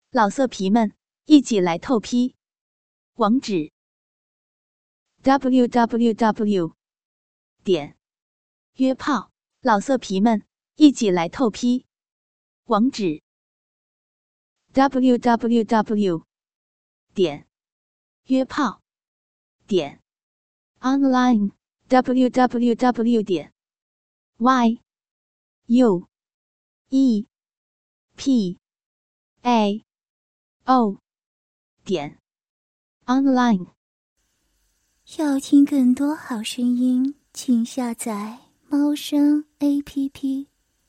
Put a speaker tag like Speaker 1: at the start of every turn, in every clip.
Speaker 1: 老色皮们，一起来透批！网址 www.约炮老色皮们，一起来透批！网址 www.约炮online www.yuepao.online。
Speaker 2: 要听更多好声音，请下载猫声 APP。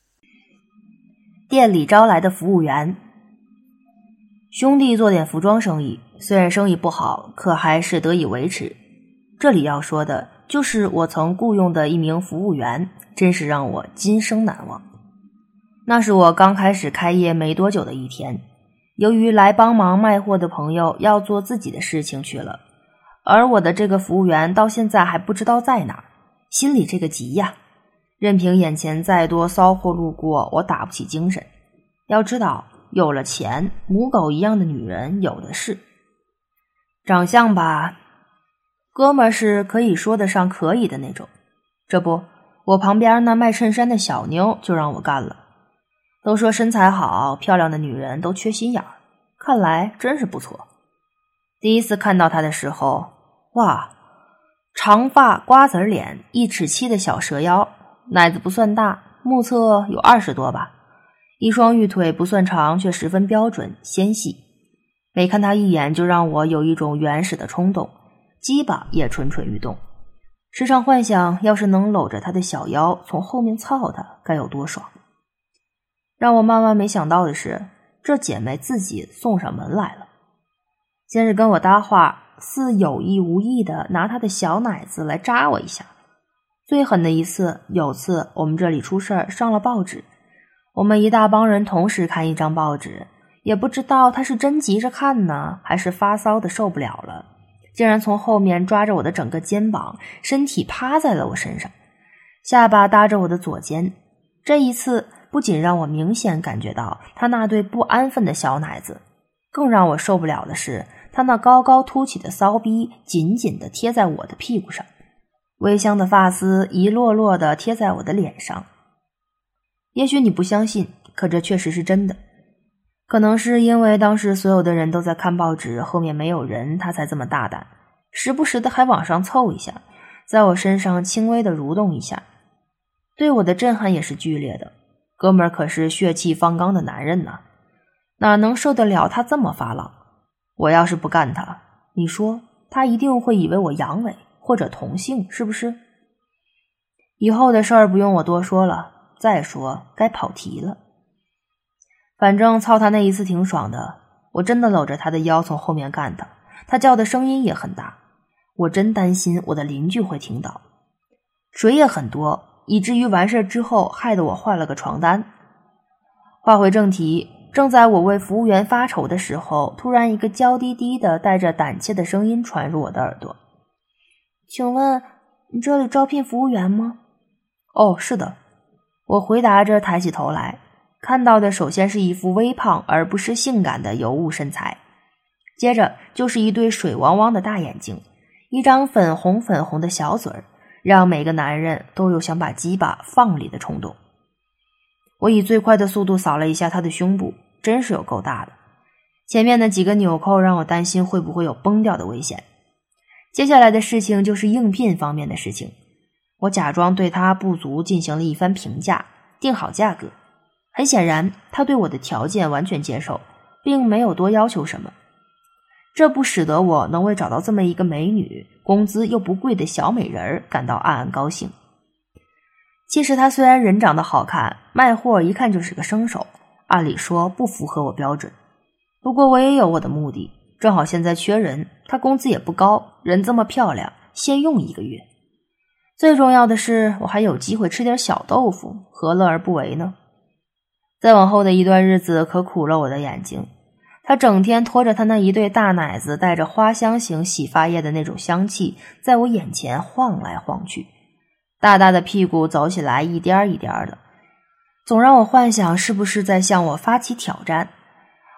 Speaker 3: 店里招来的服务员，兄弟做点服装生意，虽然生意不好，可还是得以维持。这里要说的就是我曾雇佣的一名服务员，真是让我今生难忘。那是我刚开始开业没多久的一天，由于来帮忙卖货的朋友要做自己的事情去了，而我的这个服务员到现在还不知道在哪儿，心里这个急呀，任凭眼前再多骚货路过，我打不起精神。要知道，有了钱，母狗一样的女人有的是。长相吧，哥们儿是可以说得上可以的那种。这不，我旁边那卖衬衫的小妞就让我干了。都说身材好，漂亮的女人都缺心眼儿，看来真是不错。第一次看到她的时候，哇，长发瓜子脸，1.7尺的小蛇腰，奶子不算大，目测有20多吧，一双玉腿不算长，却十分标准纤细。每看她一眼就让我有一种原始的冲动，鸡巴也蠢蠢欲动，时常幻想要是能搂着她的小腰从后面操她该有多爽。让我万万没想到的是，这姐妹自己送上门来了。先是跟我搭话，似有意无意的拿她的小奶子来扎我一下。最狠的一次，有次我们这里出事儿，上了报纸，我们一大帮人同时看一张报纸，也不知道她是真急着看呢，还是发骚的受不了了，竟然从后面抓着我的整个肩膀，身体趴在了我身上，下巴搭着我的左肩。这一次不仅让我明显感觉到她那对不安分的小奶子，更让我受不了的是她那高高凸起的骚逼紧紧地贴在我的屁股上，微香的发丝一落落地贴在我的脸上。也许你不相信，可这确实是真的。可能是因为当时所有的人都在看报纸，后面没有人，她才这么大胆，时不时的还往上凑一下，在我身上轻微的蠕动一下。对我的震撼也是剧烈的，哥们儿可是血气方刚的男人呢，哪能受得了他这么发浪？我要是不干他，你说他一定会以为我阳痿或者同性，是不是？以后的事儿不用我多说了，再说该跑题了。反正操他那一次挺爽的，我真的搂着他的腰从后面干他，他叫的声音也很大，我真担心我的邻居会听到。水也很多，以至于完事之后害得我换了个床单。话回正题，正在我为服务员发愁的时候，突然一个娇滴滴的带着胆怯的声音传入我的耳朵。请问你这里招聘服务员吗？哦，是的。我回答着抬起头来，看到的首先是一副微胖而不失性感的尤物身材，接着就是一对水汪汪的大眼睛，一张粉红粉红的小嘴儿，让每个男人都有想把鸡巴放里的冲动。我以最快的速度扫了一下他的胸部，真是有够大的，前面的几个纽扣让我担心会不会有崩掉的危险。接下来的事情就是应聘方面的事情，我假装对他不足进行了一番评价，定好价格。很显然他对我的条件完全接受，并没有多要求什么，这不使得我能为找到这么一个美女，工资又不贵的小美人感到暗暗高兴。其实他虽然人长得好看，卖货一看就是个生手，按理说不符合我标准，不过我也有我的目的，正好现在缺人，他工资也不高，人这么漂亮，先用1个月。最重要的是我还有机会吃点小豆腐，何乐而不为呢？再往后的一段日子可苦了我的眼睛，他整天拖着他那一对大奶子，带着花香型洗发液的那种香气，在我眼前晃来晃去，大大的屁股走起来一颠一颠的，总让我幻想是不是在向我发起挑战。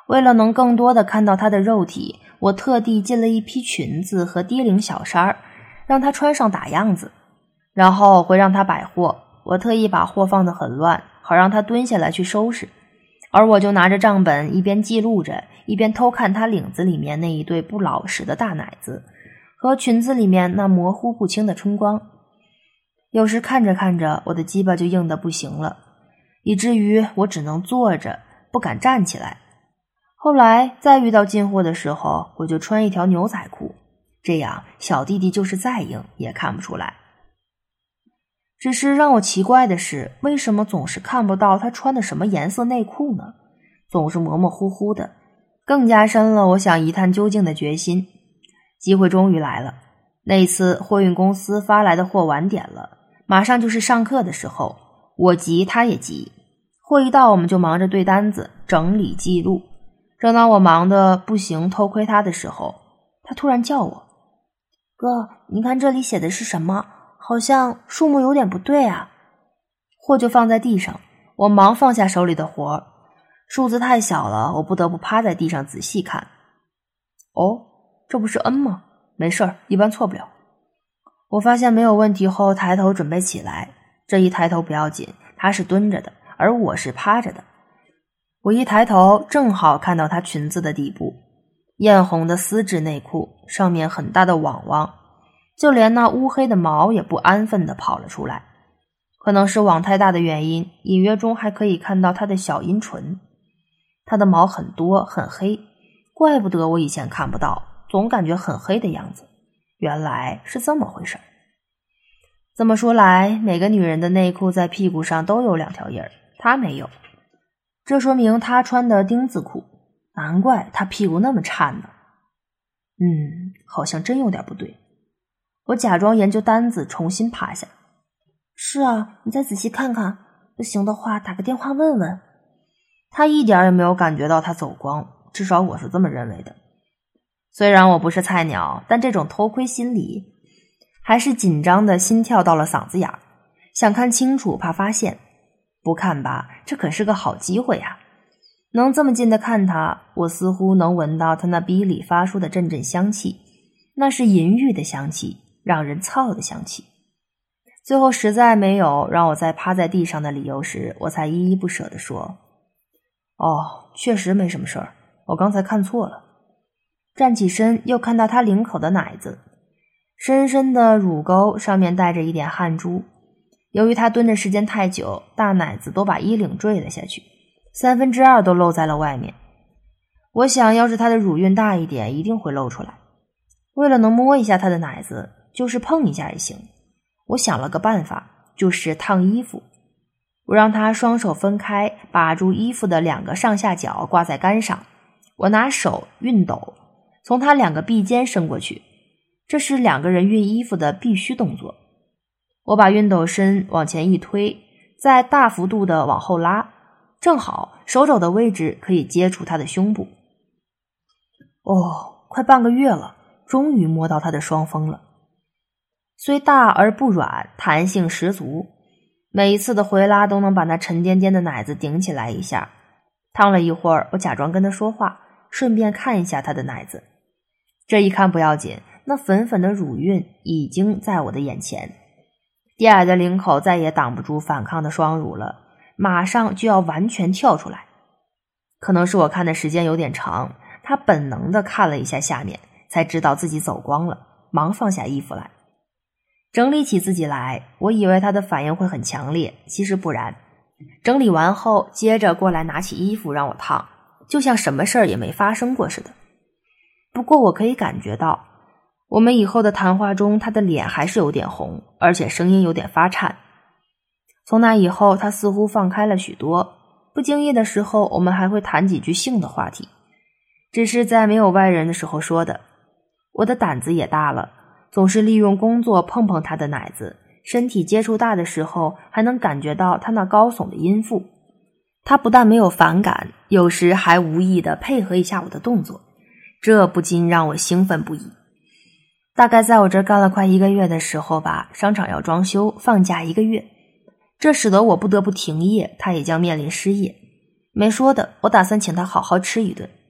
Speaker 3: 为了能更多的看到她的肉体，我特地进了一批裙子和低领小衫，让她穿上打样子，然后会让她摆货。我特意把货放得很乱，好让她蹲下来去收拾，而我就拿着账本一边记录着，一边偷看她领子里面那一对不老实的大奶子和裙子里面那模糊不清的春光。有时看着看着，我的鸡巴就硬得不行了，以至于我只能坐着，不敢站起来。后来再遇到进货的时候，我就穿一条牛仔裤，这样小弟弟就是再硬也看不出来。只是让我奇怪的是，为什么总是看不到他穿的什么颜色内裤呢？总是模模糊糊的，更加深了我想一探究竟的决心。机会终于来了，那一次货运公司发来的货晚点了，马上就是上课的时候，我急他也急，货一到我们就忙着对单子整理记录。正当我忙得不行偷窥他的时候，他突然叫我，哥，你看这里写的是什么？好像数目有点不对啊。货就放在地上，我忙放下手里的活，数字太小了，我不得不趴在地上仔细看。哦，这不是 N 吗？没事儿，一般错不了。我发现没有问题后，抬头准备起来。这一抬头不要紧，他是蹲着的，而我是趴着的。我一抬头，正好看到她裙子的底部，艳红的丝质内裤，上面很大的网网，就连那乌黑的毛也不安分地跑了出来。可能是网太大的原因，隐约中还可以看到她的小阴唇。她的毛很多很黑，怪不得我以前看不到，总感觉很黑的样子，原来是这么回事。这么说来，每个女人的内裤在屁股上都有2条印儿，她没有，这说明她穿的丁字裤，难怪她屁股那么颤呢。好像真有点不对。我假装研究单子，重新趴下。是啊，你再仔细看看，不行的话打个电话问问。他一点也没有感觉到他走光，至少我是这么认为的。虽然我不是菜鸟，但这种偷窥心理还是紧张的心跳到了嗓子眼儿，想看清楚怕发现。不看吧，这可是个好机会啊。能这么近的看他，我似乎能闻到他那逼里发出的阵阵香气，那是淫欲的香气，让人操的香气。最后实在没有让我再趴在地上的理由时，我才依依不舍地说，确实没什么事儿，我刚才看错了。站起身，又看到他领口的奶子，深深的乳沟上面带着一点汗珠，由于他蹲的时间太久，大奶子都把衣领坠了下去，2/3都露在了外面。我想要是他的乳晕大一点，一定会露出来。为了能摸一下他的奶子，就是碰一下也行。我想了个办法，就是烫衣服。我让他双手分开，把住衣服的2个上下角挂在杆上，我拿手熨斗从他2个臂间伸过去，这是2个人熨衣服的必须动作。我把熨斗身往前一推，再大幅度的往后拉，正好手肘的位置可以接触他的胸部。快半个月了，终于摸到他的双峰了。虽大而不软，弹性十足，每一次的回拉都能把那沉甸甸的奶子顶起来一下。烫了一会儿，我假装跟他说话，顺便看一下他的奶子。这一看不要紧，那粉粉的乳晕已经在我的眼前，低矮的领口再也挡不住反抗的双乳了，马上就要完全跳出来。可能是我看的时间有点长，他本能地看了一下下面，才知道自己走光了，忙放下衣服来。整理起自己来，我以为他的反应会很强烈，其实不然。整理完后，接着过来拿起衣服让我烫，就像什么事儿也没发生过似的。不过我可以感觉到，我们以后的谈话中，他的脸还是有点红，而且声音有点发颤。从那以后，他似乎放开了许多，不经意的时候，我们还会谈几句性的话题，只是在没有外人的时候说的。我的胆子也大了，总是利用工作碰碰他的奶子，身体接触大的时候还能感觉到他那高耸的阴腹。他不但没有反感，有时还无意地配合一下我的动作，这不禁让我兴奋不已。大概在我这干了快1个月的时候吧，商场要装修，放假1个月，这使得我不得不停业，他也将面临失业。没说的，我打算请他好好吃一顿。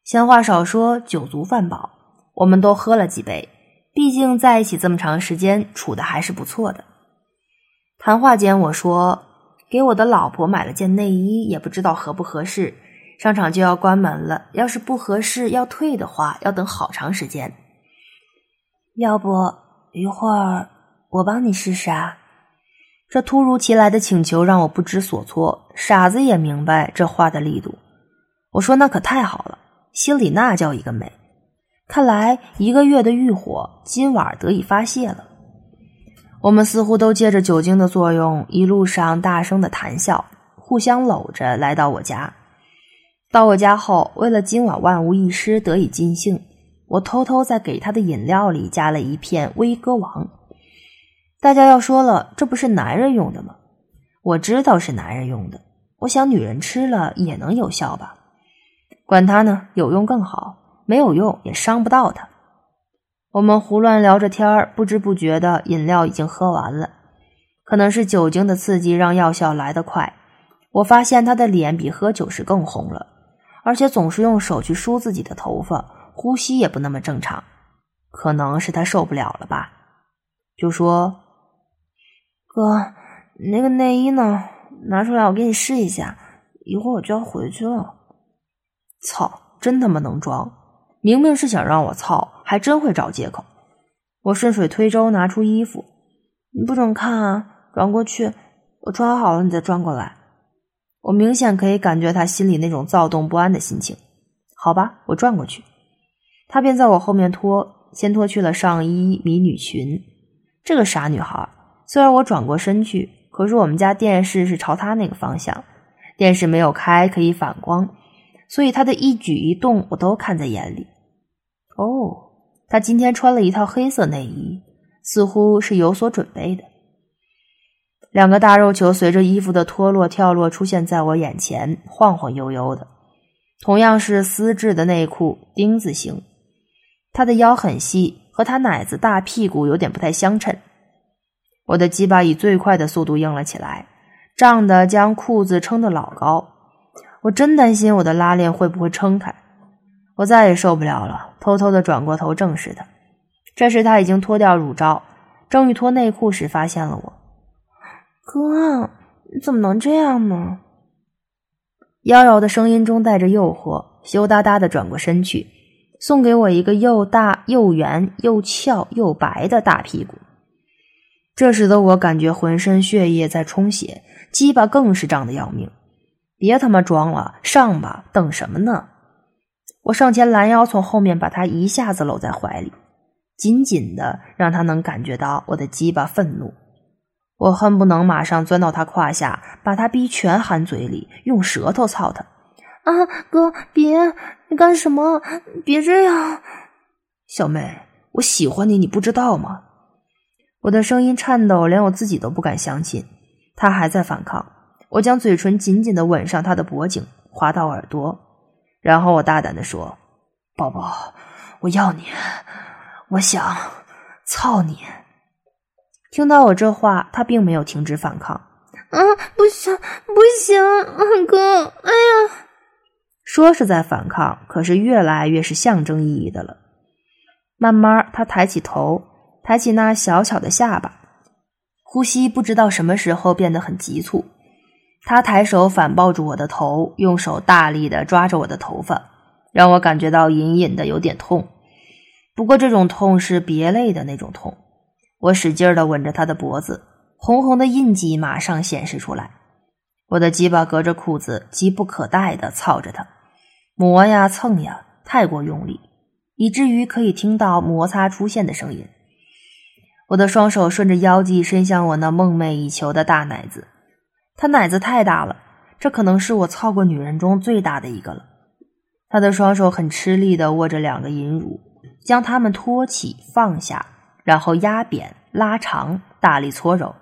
Speaker 3: 闲话少说，酒足饭饱，我们都喝了几杯，毕竟在一起这么长时间，处的还是不错的。谈话间我说，给我的老婆买了件内衣，也不知道合不合适，商场就要关门了，要是不合适要退的话，要等好长时间。要不一会儿我帮你试试啊？这突如其来的请求让我不知所措，傻子也明白这话的力度。我说那可太好了，心里那叫一个美。看来1个月的欲火今晚得以发泄了。我们似乎都借着酒精的作用，一路上大声的谈笑，互相搂着来到我家。到我家后，为了今晚万无一失得以尽兴，我偷偷在给他的饮料里加了一片威哥王。大家要说了，这不是男人用的吗？我知道是男人用的，我想女人吃了也能有效吧。管他呢，有用更好，没有用也伤不到他。我们胡乱聊着天，不知不觉的饮料已经喝完了。可能是酒精的刺激让药效来得快，我发现他的脸比喝酒时更红了，而且总是用手去梳自己的头发，呼吸也不那么正常。可能是他受不了了吧，就说，哥，那个内衣呢？拿出来我给你试一下，一会儿我就要回去了。操，真他妈能装，明明是想让我操，还真会找借口。我顺水推舟拿出衣服，你不准看啊，转过去，我穿好了你再转过来。我明显可以感觉他心里那种躁动不安的心情。好吧，我转过去。他便在我后面脱，先脱去了上衣、迷你裙。这个傻女孩，虽然我转过身去，可是我们家电视是朝她那个方向，电视没有开，可以反光，所以她的一举一动我都看在眼里。哦，她今天穿了一套黑色内衣，似乎是有所准备的。2个大肉球随着衣服的脱落跳落出现在我眼前，晃晃悠悠的。同样是丝质的内裤，丁字形。她的腰很细，和她奶子大屁股有点不太相称。我的鸡巴以最快的速度硬了起来，胀得将裤子撑得老高。我真担心我的拉链会不会撑开。我再也受不了了，偷偷地转过头正视他。这时他已经脱掉乳罩，正欲脱内裤时发现了我。哥，你怎么能这样呢？妖娆的声音中带着诱惑，羞答答地转过身去，送给我一个又大又圆又翘又白的大屁股。这时的我感觉浑身血液在充血，鸡巴更是胀得要命。别他妈装了，上吧，等什么呢？我上前拦腰从后面把他一下子搂在怀里，紧紧的让他能感觉到我的鸡巴愤怒。我恨不能马上钻到他胯下，把他逼全含嘴里，用舌头操他。啊，哥，别，你干什么？别这样。小妹，我喜欢你，你不知道吗？我的声音颤抖，连我自己都不敢相信。他还在反抗，我将嘴唇紧紧地吻上他的脖颈，滑到耳朵，然后我大胆地说，宝宝，我要你，我想操你。听到我这话，他并没有停止反抗。不行不行，哥，哎呀！说是在反抗，可是越来越是象征意义的了。慢慢他抬起头，抬起那小巧的下巴，呼吸不知道什么时候变得很急促。他抬手反抱住我的头，用手大力地抓着我的头发，让我感觉到隐隐的有点痛。不过这种痛是别类的那种痛。我使劲地吻着他的脖子，红红的印记马上显示出来。我的鸡巴隔着裤子急不可待地操着他，磨呀蹭呀，太过用力，以至于可以听到摩擦出现的声音。我的双手顺着腰际伸向我那梦寐以求的大奶子，他奶子太大了，这可能是我操过女人中最大的一个了。他的双手很吃力地握着2个银乳，将它们托起放下，然后压扁拉长，大力搓揉。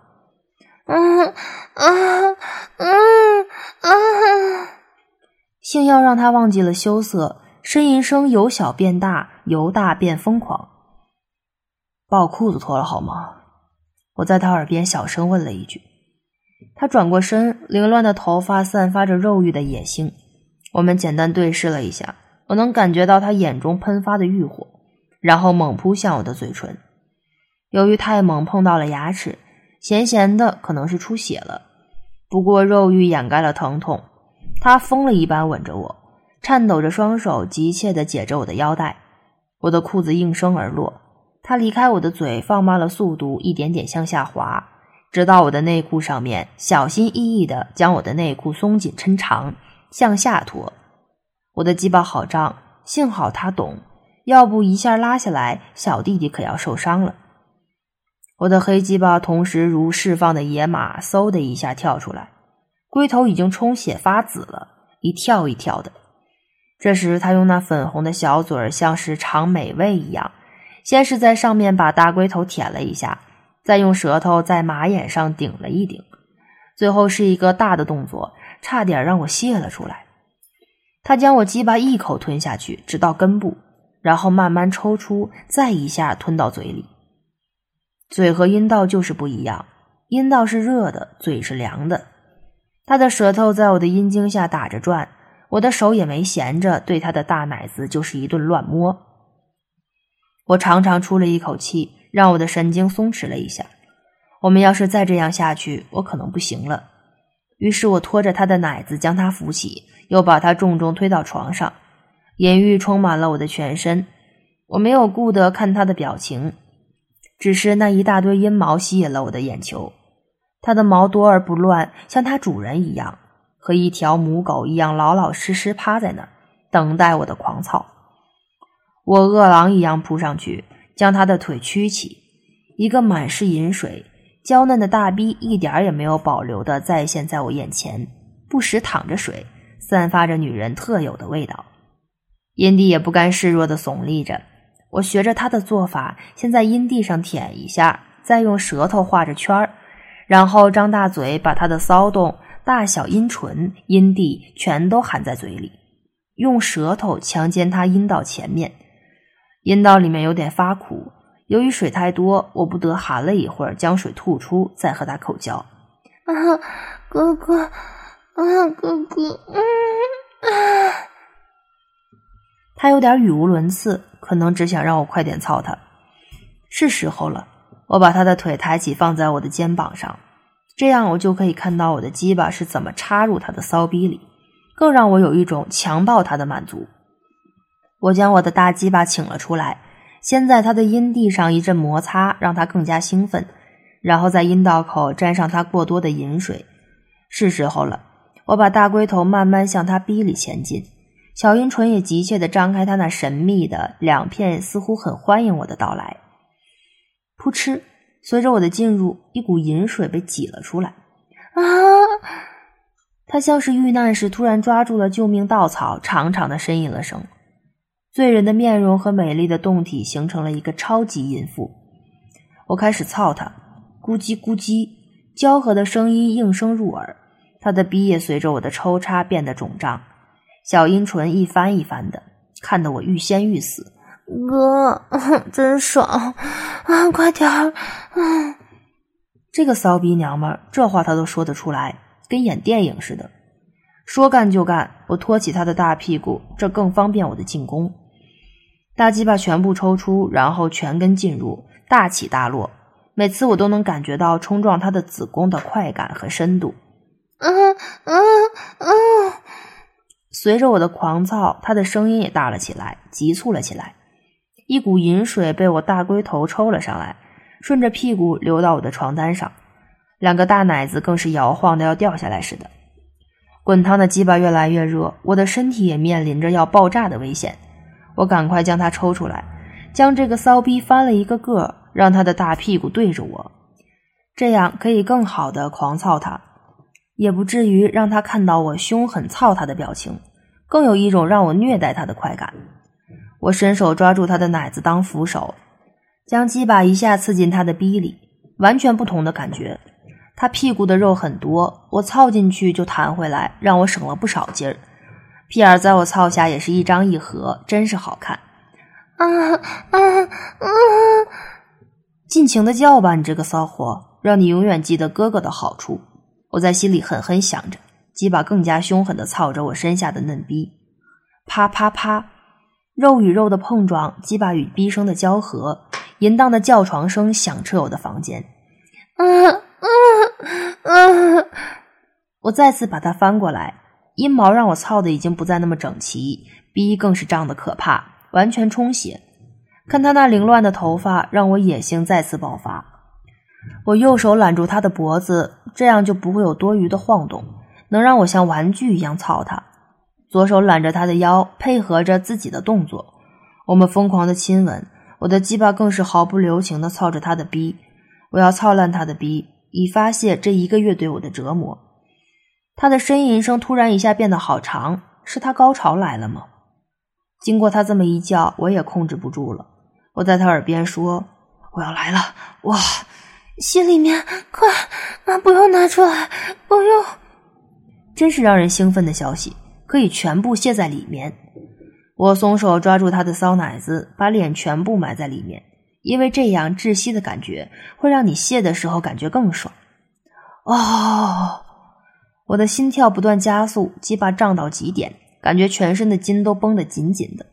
Speaker 3: 性药让他忘记了羞涩，呻吟声由小变大，由大变疯狂。把我裤子脱了好吗？我在他耳边小声问了一句。他转过身，凌乱的头发散发着肉欲的野性。我们简单对视了一下， 我能感觉到他眼中喷发的欲火，然后猛扑向我的嘴唇。由于太猛碰到了牙齿，咸咸的，可能是出血了。不过肉欲掩盖了疼痛，他疯了一般吻着我，颤抖着双手急切地解着我的腰带。我的裤子应声而落，他离开我的嘴，放慢了速度，一点点向下滑，直到我的内裤上面，小心翼翼地将我的内裤松紧抻长，向下拖。我的鸡巴好胀，幸好他懂，要不一下拉下来，小弟弟可要受伤了。我的黑鸡巴同时如释放的野马，嗖的一下跳出来，龟头已经充血发紫了，一跳一跳的。这时他用那粉红的小嘴儿像是尝美味一样，先是在上面把大龟头舔了一下，再用舌头在马眼上顶了一顶，最后是一个大的动作，差点让我泄了出来。他将我鸡巴一口吞下去，直到根部，然后慢慢抽出，再一下吞到嘴里。嘴和阴道就是不一样，阴道是热的，嘴是凉的。他的舌头在我的阴茎下打着转，我的手也没闲着，对他的大奶子就是一顿乱摸。我长长出了一口气，让我的神经松弛了一下。我们要是再这样下去，我可能不行了。于是我拖着他的奶子将他扶起，又把他重重推到床上。淫欲充满了我的全身，我没有顾得看他的表情，只是那一大堆阴毛吸引了我的眼球。他的毛多而不乱，像他主人一样，和一条母狗一样老老实实趴在那儿，等待我的狂操。我饿狼一样扑上去，将他的腿屈起，一个满是饮水娇嫩的大逼一点也没有保留地再现在我眼前，不时淌着水，散发着女人特有的味道。阴蒂也不甘示弱地耸立着，我学着他的做法，先在阴蒂上舔一下，再用舌头画着圈儿，然后张大嘴把他的骚动、大小阴唇、阴蒂全都含在嘴里，用舌头强奸他阴道前面。阴道里面有点发苦，由于水太多，我不得含了一会儿，将水吐出，再和他口交。
Speaker 2: 哥哥，哥哥，
Speaker 3: 他有点语无伦次，可能只想让我快点操他。是时候了，我把他的腿抬起放在我的肩膀上，这样我就可以看到我的鸡巴是怎么插入他的骚逼里，更让我有一种强暴他的满足。我将我的大鸡巴请了出来，先在他的阴蒂上一阵摩擦，让他更加兴奋，然后在阴道口沾上他过多的饮水。是时候了，我把大龟头慢慢向他逼里前进，小阴唇也急切地张开他那神秘的两片，似乎很欢迎我的到来。噗嗤，随着我的进入，一股饮水被挤了出来。他像是遇难时突然抓住了救命稻草，长长的呻吟了声。醉人的面容和美丽的胴体形成了一个超级淫妇。我开始操他，咕叽咕叽，交合的声音应声入耳，他的逼也随着我的抽插变得肿胀，小阴唇一翻一翻的，看得我欲仙欲死。
Speaker 2: 哥，真爽快点儿！
Speaker 3: 这个骚逼娘们儿，这话她都说得出来，跟演电影似的。说干就干，我托起他的大屁股，这更方便我的进攻。大鸡巴全部抽出，然后全根进入，大起大落，每次我都能感觉到冲撞他的子宫的快感和深度。随着我的狂躁，他的声音也大了起来，急促了起来。一股饮水被我大龟头抽了上来，顺着屁股流到我的床单上，两个大奶子更是摇晃的要掉下来似的。滚烫的鸡巴越来越热，我的身体也面临着要爆炸的危险。我赶快将它抽出来，将这个骚逼翻了一个个，让他的大屁股对着我，这样可以更好的狂操他，也不至于让他看到我凶狠操他的表情，更有一种让我虐待他的快感。我伸手抓住他的奶子当扶手，将鸡巴一下刺进他的逼里，完全不同的感觉。他屁股的肉很多，我操进去就弹回来，让我省了不少劲儿。屁眼在我操下也是一张一合，真是好看。尽情的叫吧，你这个骚货，让你永远记得哥哥的好处。我在心里狠狠想着，鸡巴更加凶狠地操着我身下的嫩逼。啪啪啪， 肉与肉的碰撞，鸡巴与逼声的交合，淫荡的叫床声响彻我的房间。我再次把它翻过来，阴毛让我操的已经不再那么整齐，逼更是胀得可怕，完全充血。看他那凌乱的头发，让我野性再次爆发。我右手揽住他的脖子，这样就不会有多余的晃动，能让我像玩具一样操他。左手揽着他的腰，配合着自己的动作，我们疯狂的亲吻，我的鸡巴更是毫不留情地操着他的逼。我要操烂他的逼，以发泄这1个月对我的折磨。他的呻吟声突然一下变得好长，是他高潮来了吗？经过他这么一叫，我也控制不住了。我在他耳边说：“我要来了，哇，
Speaker 2: 心里面快不用拿出来，不用。”
Speaker 3: 真是让人兴奋的消息，可以全部卸在里面。我松手抓住他的骚奶子，把脸全部埋在里面，因为这样窒息的感觉会让你卸的时候感觉更爽。我的心跳不断加速，鸡巴胀到极点，感觉全身的筋都绷得紧紧的。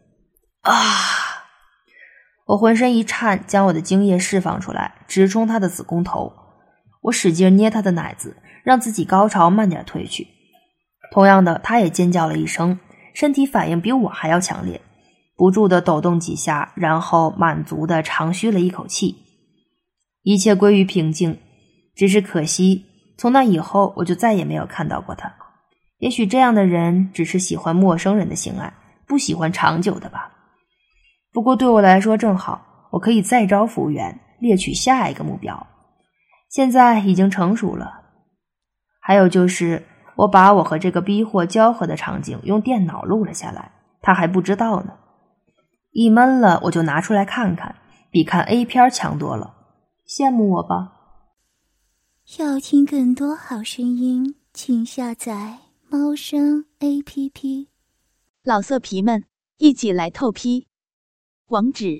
Speaker 3: 我浑身一颤，将我的精液释放出来，直冲他的子宫头。我使劲捏他的奶子，让自己高潮慢点退去。同样的，他也尖叫了一声，身体反应比我还要强烈，不住地抖动几下，然后满足地长吁了一口气。一切归于平静，只是可惜，从那以后我就再也没有看到过他。也许这样的人只是喜欢陌生人的性爱，不喜欢长久的吧。不过对我来说正好，我可以再招服务员，猎取下一个目标。现在已经成熟了。还有就是我把我和这个逼货交合的场景用电脑录了下来，他还不知道呢。一闷了我就拿出来看看，比看 A 片强多了。羡慕我吧。
Speaker 2: 要听更多好声音，请下载猫声 APP。
Speaker 1: 老色皮们，一起来透批！网址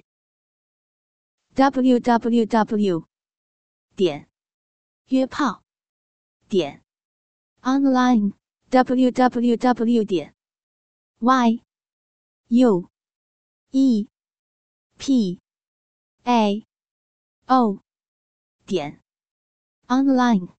Speaker 1: www.约炮.online www.yuepao.online